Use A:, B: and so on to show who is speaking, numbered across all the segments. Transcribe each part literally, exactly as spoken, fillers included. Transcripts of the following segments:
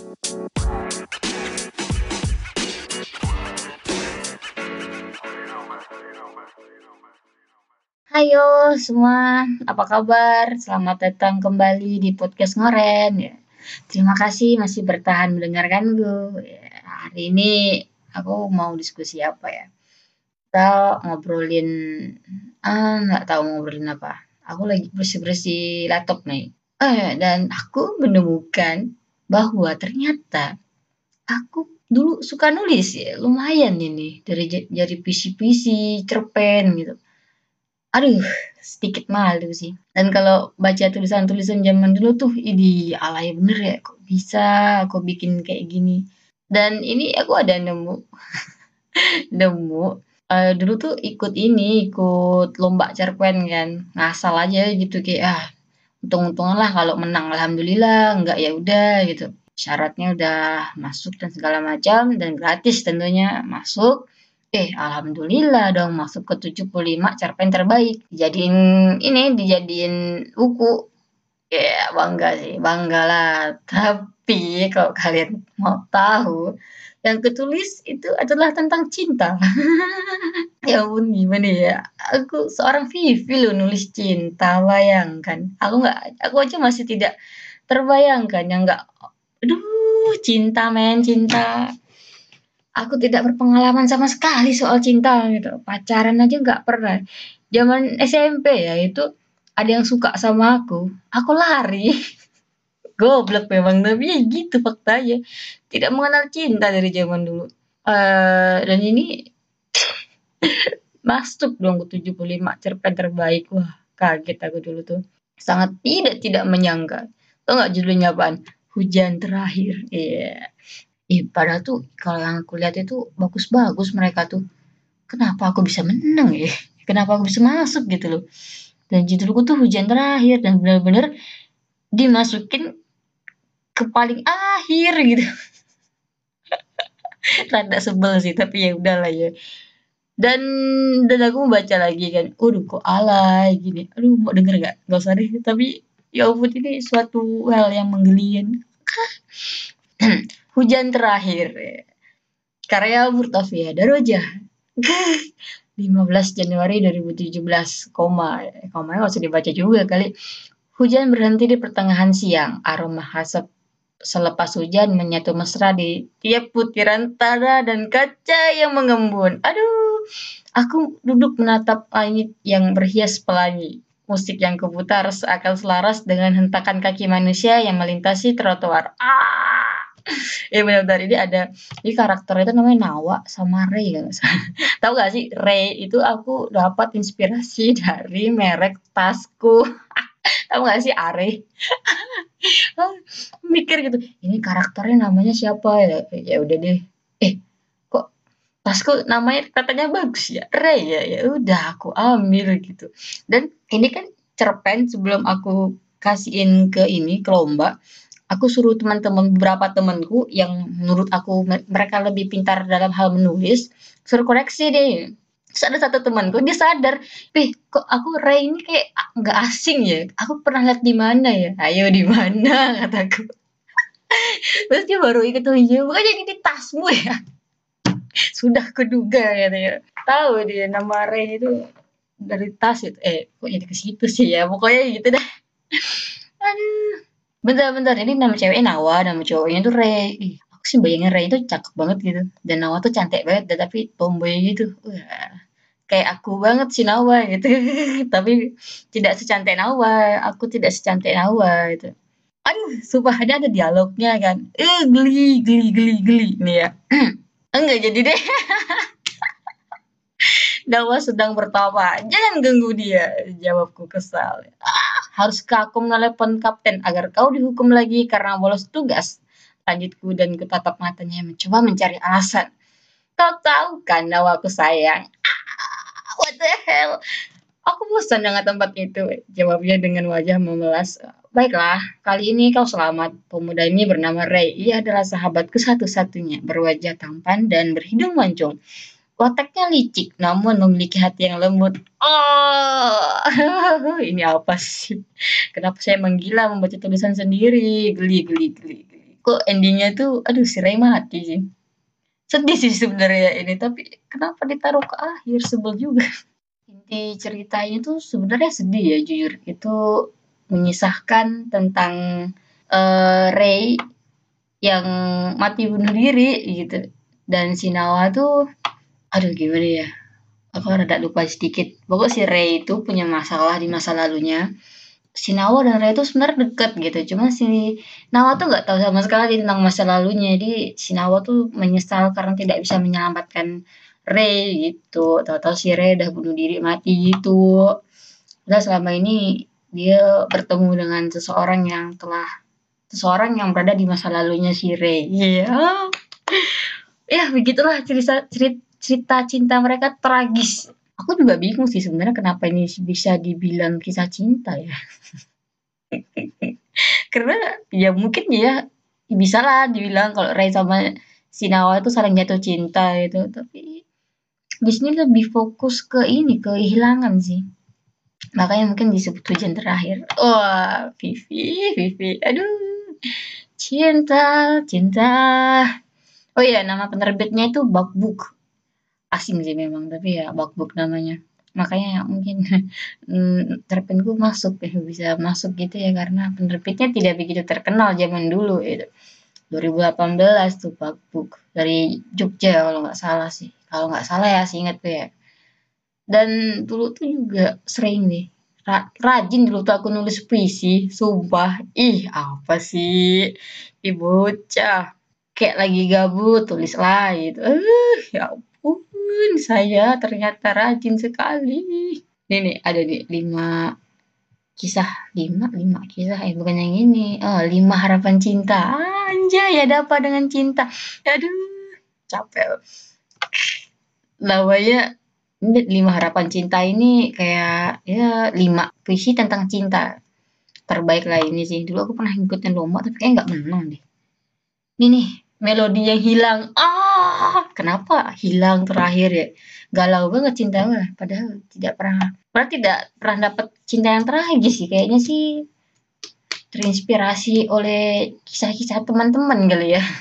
A: Hayo semua, apa kabar? Selamat datang kembali di podcast Ngoren ya. Terima kasih masih bertahan mendengarkanku. Ya, hari ini aku mau diskusi apa ya? Kita ngobrolin, ah nggak tahu mau ngobrolin apa. Aku lagi bersih-bersih laptop nih. Eh, dan aku menemukan bahwa ternyata aku dulu suka nulis ya, lumayan ini dari ja- dari puisi-puisi, cerpen gitu. Aduh, sedikit malu sih. Dan kalau baca tulisan-tulisan zaman dulu tuh, idih alay bener ya, kok bisa aku bikin kayak gini. Dan ini aku ada nemu, nemu, eee, dulu tuh ikut ini, ikut lomba cerpen kan, ngasal aja gitu kayak, ah, untung-untungan lah kalau menang, alhamdulillah, enggak ya udah gitu. Syaratnya udah masuk dan segala macam dan gratis tentunya masuk. Eh, alhamdulillah dong masuk ke tujuh puluh lima cerpen terbaik. Dijadiin ini, dijadiin buku. Ya bangga sih, bangga lah. Tapi kalau kalian mau tahu, yang ketulis itu adalah tentang cinta. Ya ampun gimana ya, aku seorang Vivi loh nulis cinta, bayangkan. Aku nggak aku aja masih tidak terbayangkan yang nggak aduh cinta men, cinta. Aku tidak berpengalaman sama sekali soal cinta gitu, pacaran aja nggak pernah. Zaman S M P ya itu ada yang suka sama aku, aku lari. Goblok memang, tapi ya gitu faktanya. Tidak mengenal cinta dari zaman dulu. Eee, dan ini masuk dong ke tujuh puluh lima cerpen terbaik. Wah, kaget aku dulu tuh. Sangat tidak tidak menyangka. Tahu nggak judulnya apaan? Hujan Terakhir. Iya. Ih, padahal tuh kalau yang aku lihat itu bagus-bagus mereka tuh. Kenapa aku bisa menang ya? Kenapa aku bisa masuk gitu loh. Dan judulku tuh Hujan Terakhir dan benar-benar dimasukin ke paling akhir gitu. Rada sebel sih tapi ya udahlah ya. Dan dan aku mau baca lagi kan, waduh kok alay gini, aduh mau denger nggak? Nggak usah deh, tapi ya ampun ini suatu hal yang menggelikan. Hujan Terakhir, karya Murtafia Daroja. lima belas Januari dua ribu tujuh belas, koma, komanya nggak usah dibaca juga kali. Hujan berhenti di pertengahan siang, aroma asap selepas hujan menyatu mesra di tiap butiran tanah dan kaca yang mengembun. Aduh, aku duduk menatap langit yang berhias pelangi. Musik yang kuputar seakan selaras dengan hentakan kaki manusia yang melintasi trotoar. Ah, ya benar-benar ini ada, ini karakternya itu namanya Nawa sama Ray kalau nggak salah. Tahu gak sih, Ray itu aku dapat inspirasi dari merek tasku. Tahu gak sih Are? Mikir gitu, ini karakternya namanya siapa ya? Ya udah deh. Eh, kok tasku namanya katanya bagus ya, Ray ya. Ya udah aku ambil gitu. Dan ini kan cerpen sebelum aku kasihin ke ini ke lomba, aku suruh teman-teman beberapa temanku yang menurut aku mereka lebih pintar dalam hal menulis, suruh koreksi deh. Terus ada satu temanku dia sadar, "Wih, kok aku Ray ini kayak nggak asing ya? Aku pernah lihat di mana ya?" "Ayo di mana?" kataku. Terus dia baru inget, "Oh iya, bukan jadi di tasmu ya?" Sudah kuduga katanya. Tahu dia nama Ray itu dari tas itu. Eh, kok jadi ke situ sih ya? Pokoknya gitu dah. Aduh. Bentar, bentar. Ini nama ceweknya Nawa, nama cowoknya tuh Ray. Ih, aku sih bayangin Ray itu cakep banget gitu. Dan Nawa tuh cantik banget, dan tapi tomboy gitu. Wah, kayak aku banget si Nawa gitu. Tapi tidak secantik Nawa. Aku tidak secantik Nawa gitu. Aduh, sumpah ada ada dialognya kan. Eh, geli, geli, geli, geli nih ya. Enggak jadi deh. Nawa sedang bertapa. Jangan ganggu dia. Jawabku kesal. Ah, haruskah aku menelepon kapten agar kau dihukum lagi karena bolos tugas? Lanjutku dan kutatap matanya mencoba mencari alasan. Kau tahu kan Nawa aku sayang. Ah, what the hell? Aku bosan dengan tempat itu. Jawabnya dengan wajah memelas. Baiklah, kali ini kau selamat. Pemuda ini bernama Ray. Ia adalah sahabatku satu-satunya. Berwajah tampan dan berhidung mancung. Wataknya licik, namun memiliki hati yang lembut. Oh, ini apa sih? Kenapa saya menggila membaca tulisan sendiri? Geli, geli, geli, geli. kok endingnya tuh aduh si Ray mati sih. Sedih sih sebenarnya ini, tapi kenapa ditaruh ke akhir, sebel juga. Inti ceritanya tuh sebenarnya sedih ya jujur. Itu menyisahkan tentang uh, Ray yang mati bunuh diri gitu. Dan si Nawa tuh aduh gimana ya? Aku rada lupa sedikit. Pokoknya si Ray itu punya masalah di masa lalunya. Si Nawa dan Ray itu sebenarnya deket gitu. Cuma si Nawa tuh nggak tahu sama sekali tentang masa lalunya. Jadi si Nawa tuh menyesal karena tidak bisa menyelamatkan Ray gitu. Tahu-tahu si Ray udah bunuh diri mati gitu. Udah selama ini dia bertemu dengan seseorang yang telah seseorang yang berada di masa lalunya si Ray. Iya. Yeah. Ya begitulah cerita cerita cerita cinta mereka tragis. Aku juga bingung sih sebenarnya kenapa ini bisa dibilang kisah cinta ya. Karena ya mungkin ya bisa lah dibilang kalau Ray sama si Nawa itu saling jatuh cinta gitu. Tapi di sini lebih fokus ke ini, kehilangan sih. Makanya mungkin disebut hujan terakhir. Wah, Vivi, Vivi. Aduh. Cinta, cinta. Oh iya, nama penerbitnya itu Bakbuk. Asing sih memang, tapi ya Bakbuk namanya. Makanya mungkin terpinku masuk ya, bisa masuk gitu ya karena penerbitnya tidak begitu terkenal zaman dulu itu. dua ribu delapan belas tuh Bakbuk dari Jogja kalau nggak salah sih. Kalau nggak salah ya seingat tuh ya. Dan dulu tuh juga sering nih ra rajin dulu tuh aku nulis puisi, sumpah. Ih, apa sih? Ih, bocah. Kayak lagi gabut, tulis lah gitu. Uh, ya ampun, saya ternyata rajin sekali. Ini nih, ada nih lima kisah, lima, lima kisah, eh bukan yang ini. Oh, lima harapan cinta. Anjay, ada apa dengan cinta? Aduh, capek. Namanya ini lima harapan cinta ini kayak ya lima puisi tentang cinta terbaik lah ini sih. Dulu aku pernah ngikutin lomba tapi kayak nggak menang deh. Ini nih melodi yang hilang. Ah, kenapa hilang terakhir ya? Galau banget cinta mah. Padahal tidak pernah, padahal tidak pernah dapat cinta yang terakhir sih. Kayaknya sih terinspirasi oleh kisah-kisah teman-teman kali ya.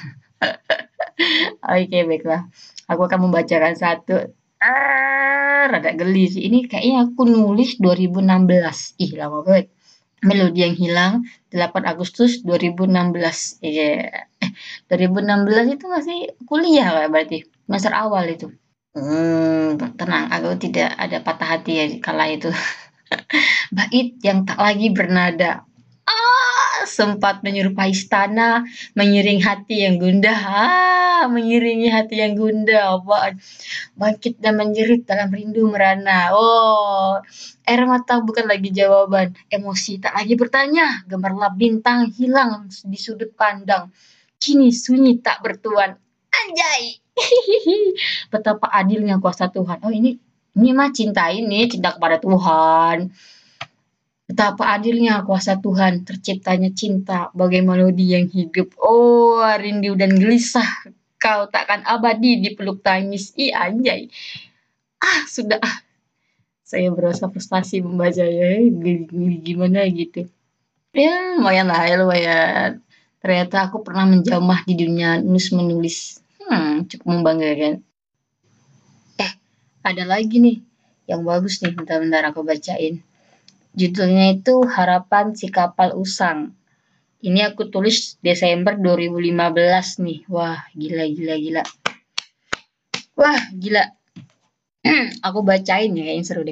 A: Oke, baiklah. Aku akan membacakan satu. Ah, rada geli sih. Ini kayaknya aku nulis dua ribu enam belas. Ih, lama banget. Melodi yang hilang delapan Agustus dua ribu enam belas. Iya. Yeah. Eh, dua ribu enam belas itu masih kuliah lah berarti. Semester awal itu. Hmm, tenang, aku tidak ada patah hati ya kala itu. Bait yang tak lagi bernada. Ah, sempat menyerupai istana, mengiring hati yang gundah. Ah, mengiringi hati yang gundah. Apaan? Bangkit dan menjerit dalam rindu merana. Oh, air mata bukan lagi jawaban. Emosi tak lagi bertanya. Gemerlap bintang hilang di sudut pandang. Kini sunyi tak bertuan. Anjay. Betapa adilnya kuasa Tuhan. Oh, ini ini mah cinta ini, cinta kepada Tuhan. Betapa adilnya kuasa Tuhan, terciptanya cinta, bagai melodi yang hidup. Oh, rindu dan gelisah, kau takkan abadi di peluk tangis. Ih, anjay. Ah, sudah. Ah. Saya berasa frustasi membacanya. Gimana gitu. Ya, lumayan lah ya, lumayan. Ternyata aku pernah menjamah di dunia nulis menulis. Hmm, cukup membanggakan. Eh, ada lagi nih. Yang bagus nih, bentar-bentar aku bacain. Judulnya itu Harapan Si Kapal Usang. Ini aku tulis Desember dua ribu lima belas nih. Wah, gila, gila, gila. Wah, gila. Aku bacain ya, kayaknya seru deh.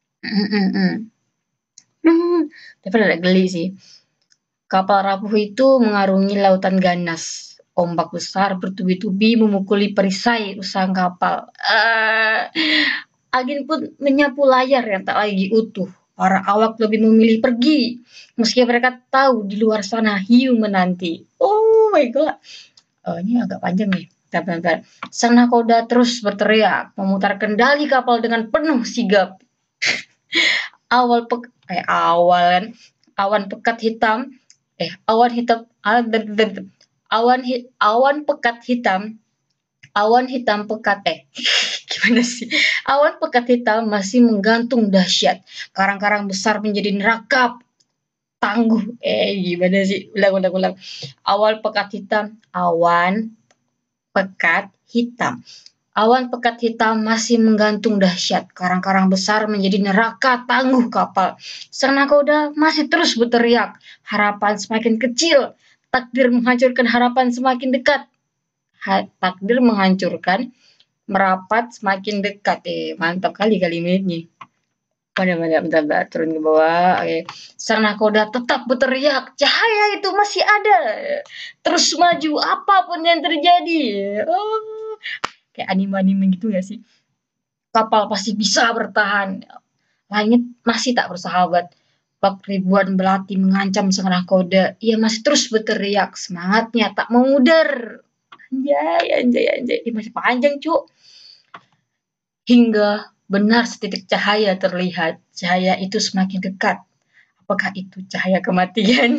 A: Tapi ada geli sih. Kapal rapuh itu mengarungi lautan ganas. Ombak besar bertubi-tubi memukuli perisai usang kapal. Uh, angin pun menyapu layar yang tak lagi utuh. Para awak lebih memilih pergi, meski mereka tahu di luar sana hiu menanti. Oh my god, oh, ini agak panjang nih. Bentar-bentar. Sang nakoda terus berteriak, memutar kendali kapal dengan penuh sigap. awal pek, eh, awal kan, awan pekat hitam, eh awan hitam, awan awan pekat hitam, awan hitam pekat eh gimana sih? Awan pekat hitam masih menggantung dahsyat. Karang-karang besar menjadi neraka. tangguh. Eh, gimana sih? Ulang ulang ulang. Awal pekat hitam, awan pekat hitam. Awan pekat hitam masih menggantung dahsyat. Karang-karang besar menjadi neraka tangguh kapal. Sang nakoda masih terus berteriak. Harapan semakin kecil. Takdir menghancurkan harapan semakin dekat. Ha, takdir menghancurkan, merapat semakin dekat. Eh, mantap kali kalimatnya. Mana mana bentar, bentar, turun ke bawah. Oke. Sang nakoda tetap berteriak. Cahaya itu masih ada. Terus maju apapun yang terjadi. Oh, kayak anime-anime gitu gak sih? Kapal pasti bisa bertahan. Langit masih tak bersahabat. Bak ribuan belati mengancam sang nakoda. Ia masih terus berteriak. Semangatnya tak memudar. Anjay, anjay, anjay. Ini masih panjang, Cuk. Hingga benar setitik cahaya terlihat. Cahaya itu semakin dekat. Apakah itu cahaya kematian?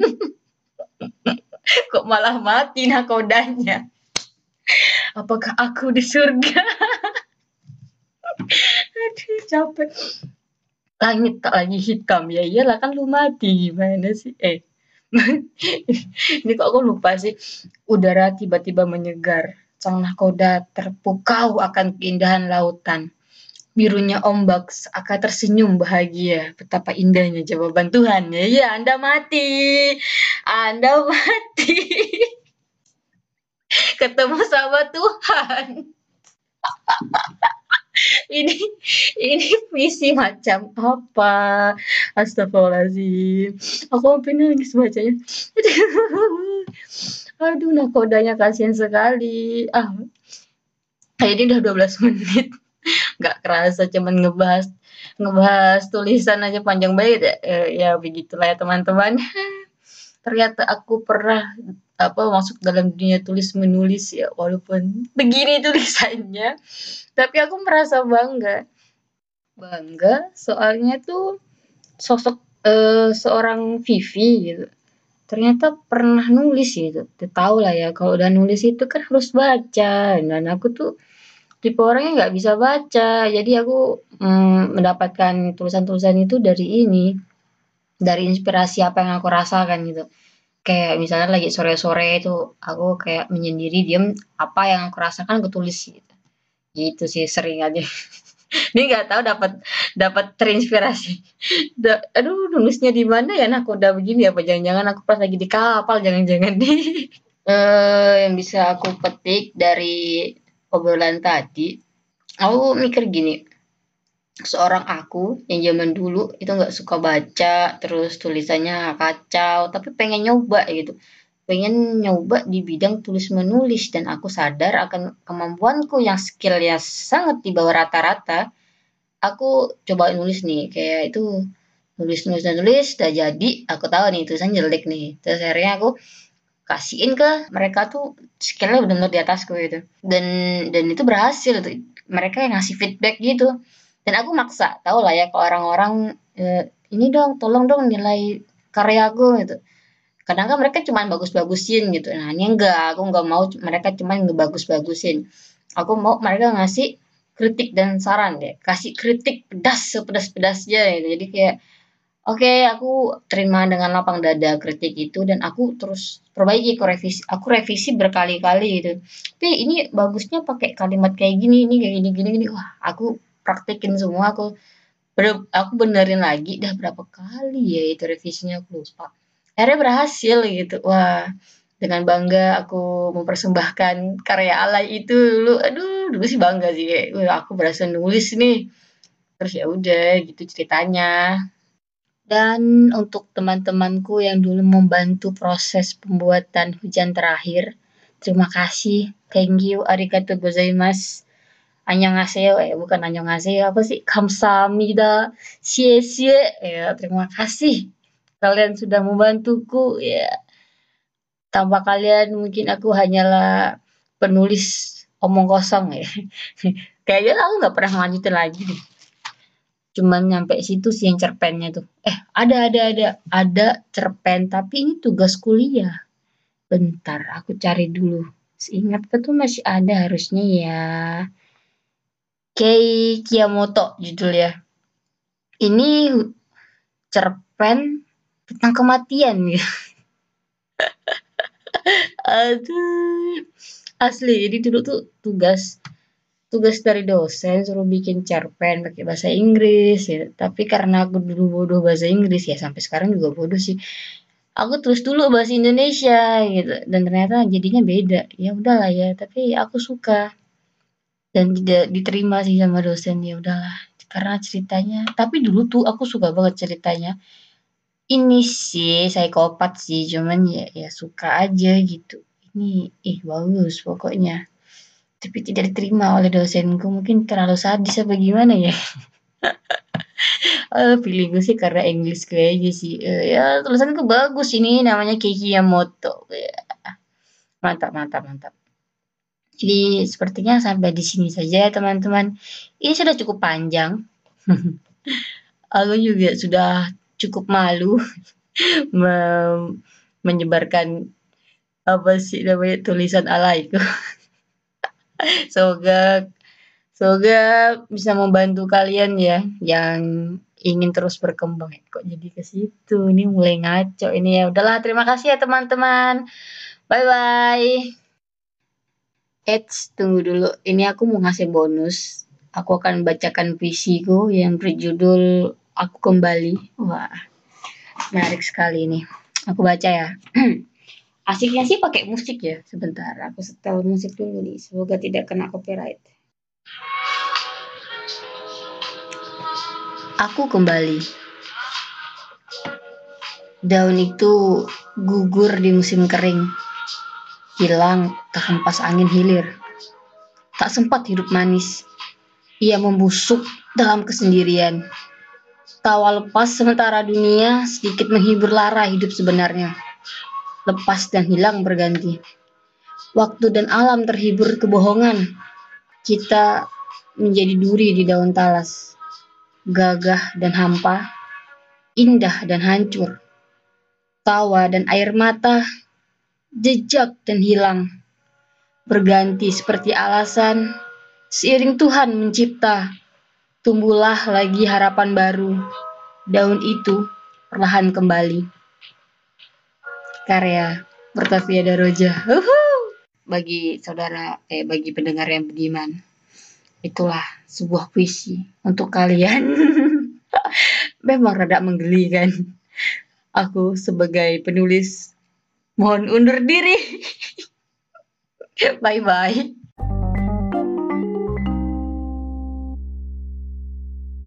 A: Kok malah mati nakodanya? Apakah aku di surga? Aduh, capek. Langit tak lagi hitam. Ya iyalah kan lu mati. Gimana sih? Eh. Ini kok aku lupa sih. Udara tiba-tiba menyegar. Sang nakoda terpukau akan keindahan lautan. Birunya ombak akan tersenyum bahagia. Betapa indahnya jawaban Tuhan. Ya, ya Anda mati. Anda mati. Ketemu sama Tuhan. ini ini visi macam apa? Astagfirullahaladzim. Aku sampai nangis bacanya. Aduh, nakodanya kasihan sekali. Ah, ini udah dua belas menit. Nggak kerasa cuman ngebahas ngebahas tulisan aja panjang banget ya. E, ya begitulah ya teman-teman. Ternyata aku pernah apa masuk dalam dunia tulis menulis ya, walaupun begini tulisannya, tapi aku merasa bangga. Bangga soalnya tuh sosok e, seorang Vivi gitu. Ternyata pernah nulis gitu. Tahu lah ya kalau udah nulis itu kan harus baca, dan aku tuh tipe orangnya nggak bisa baca. Jadi aku mm, mendapatkan tulisan-tulisan itu dari ini, dari inspirasi apa yang aku rasakan gitu. Kayak misalnya lagi sore-sore itu aku kayak menyendiri diem, apa yang aku rasakan aku tulis gitu. Gitu sih sering aja. Ini nggak tahu dapat dapat terinspirasi. Da, aduh nulisnya di mana ya? Nah, aku udah begini apa jangan-jangan aku pas lagi di kapal jangan-jangan nih. Eh, yang bisa aku petik dari obrolan tadi, aku mikir gini, seorang aku yang zaman dulu itu nggak suka baca, terus tulisannya kacau, tapi pengen nyoba gitu. Pengen nyoba di bidang tulis menulis dan aku sadar akan kemampuanku yang skillnya sangat di bawah rata-rata. Aku coba nulis nih, kayak itu nulis nulis dan nulis, udah jadi. Aku tahu nih tulisan jelek nih. Terus akhirnya aku kasihin ke mereka tuh skillnya benar-benar di atasku gitu. Dan dan itu berhasil tuh. Mereka yang ngasih feedback gitu. Dan aku maksa, tau lah ya ke orang-orang e, ini dong, tolong dong nilai karyaku gitu. Kadang kan mereka cuma bagus-bagusin gitu. Nah ini enggak, aku enggak mau mereka cuma ngebagus-bagusin. Aku mau mereka ngasih kritik dan saran deh. Kasih kritik pedas sepedas-pedasnya gitu. Jadi kayak oke, okay, aku terima dengan lapang dada kritik itu dan aku terus perbaiki, aku revisi, aku revisi berkali-kali gitu. Tapi ini bagusnya pakai kalimat kayak gini, ini kayak gini, gini, gini. Wah, aku praktekin semua, aku aku benerin lagi. Dah berapa kali ya itu revisinya aku lupa. Akhirnya berhasil gitu. Wah, dengan bangga aku mempersembahkan karya alay itu dulu. Aduh, dulu sih bangga sih kayak, wah, aku berhasil nulis nih. Terus ya udah gitu ceritanya. Dan untuk teman-temanku yang dulu membantu proses pembuatan hujan terakhir, terima kasih, thank you, arigatou gozaimasu, annyeonghaseyo, eh bukan annyeonghaseyo, apa sih, kamsahamnida, xie ya terima kasih kalian sudah membantuku, ya tanpa kalian mungkin aku hanyalah penulis omong kosong ya. Kayaknya aku nggak pernah lanjutin lagi deh. Cuman nyampe situ sih yang cerpennya tuh. Eh, ada ada ada ada cerpen tapi ini tugas kuliah. Bentar, aku cari dulu. Seingatku tuh masih ada harusnya ya. Kei Kiyamoto judulnya. Ini cerpen tentang kematian ya. Aduh, asli ini dulu tuh tugas tugas dari dosen suruh bikin cerpen pakai bahasa Inggris ya. Tapi karena aku dulu bodoh bahasa Inggris ya sampai sekarang juga bodoh sih. Aku terus dulu bahasa Indonesia gitu dan ternyata jadinya beda. Ya udahlah ya, tapi aku suka dan tidak diterima sih sama dosen. Ya udahlah karena ceritanya. Tapi dulu tuh aku suka banget ceritanya. Ini sih psikopat sih, cuman ya ya suka aja gitu. Ini ih bagus pokoknya. Tapi tidak diterima oleh dosenku, mungkin terlalu sadis apa gimana ya. Eee, feeling-gue sih karena English gue aja sih, eee, ya tulisanku bagus ini namanya Kekiyamoto, ya mantap mantap mantap. Jadi sepertinya sampai di sini saja ya teman-teman. Ini sudah cukup panjang. Aku juga sudah cukup malu mem menyebarkan apa sih namanya, tulisan alaiku. Semoga semoga bisa membantu kalian ya yang ingin terus berkembang. Eh, kok jadi ke situ, ini mulai ngaco ini ya. Udahlah terima kasih ya teman-teman. Bye-bye. Eits, tunggu dulu. Ini aku mau ngasih bonus. Aku akan bacakan puisiku yang berjudul Aku Kembali. Wah, menarik sekali ini. Aku baca ya. Asiknya sih pakai musik ya. Sebentar, aku setel musik dulu nih. Semoga tidak kena copyright. Aku kembali. Daun itu gugur di musim kering. Hilang tak hempas angin hilir. Tak sempat hidup manis. Ia membusuk dalam kesendirian. Tawa lepas sementara dunia sedikit menghibur lara hidup sebenarnya. Lepas dan hilang berganti. Waktu dan alam terhibur kebohongan. Kita menjadi duri di daun talas. Gagah dan hampa. Indah dan hancur. Tawa dan air mata. Jejak dan hilang. Berganti seperti alasan. Seiring Tuhan mencipta. Tumbuhlah lagi harapan baru. Daun itu perlahan kembali. Karya Bertavia Daroja. Uhuh. Bagi saudara, eh bagi pendengar yang budiman, itulah sebuah puisi untuk kalian. Memang rada menggelikan. Aku sebagai penulis mohon undur diri. Bye bye.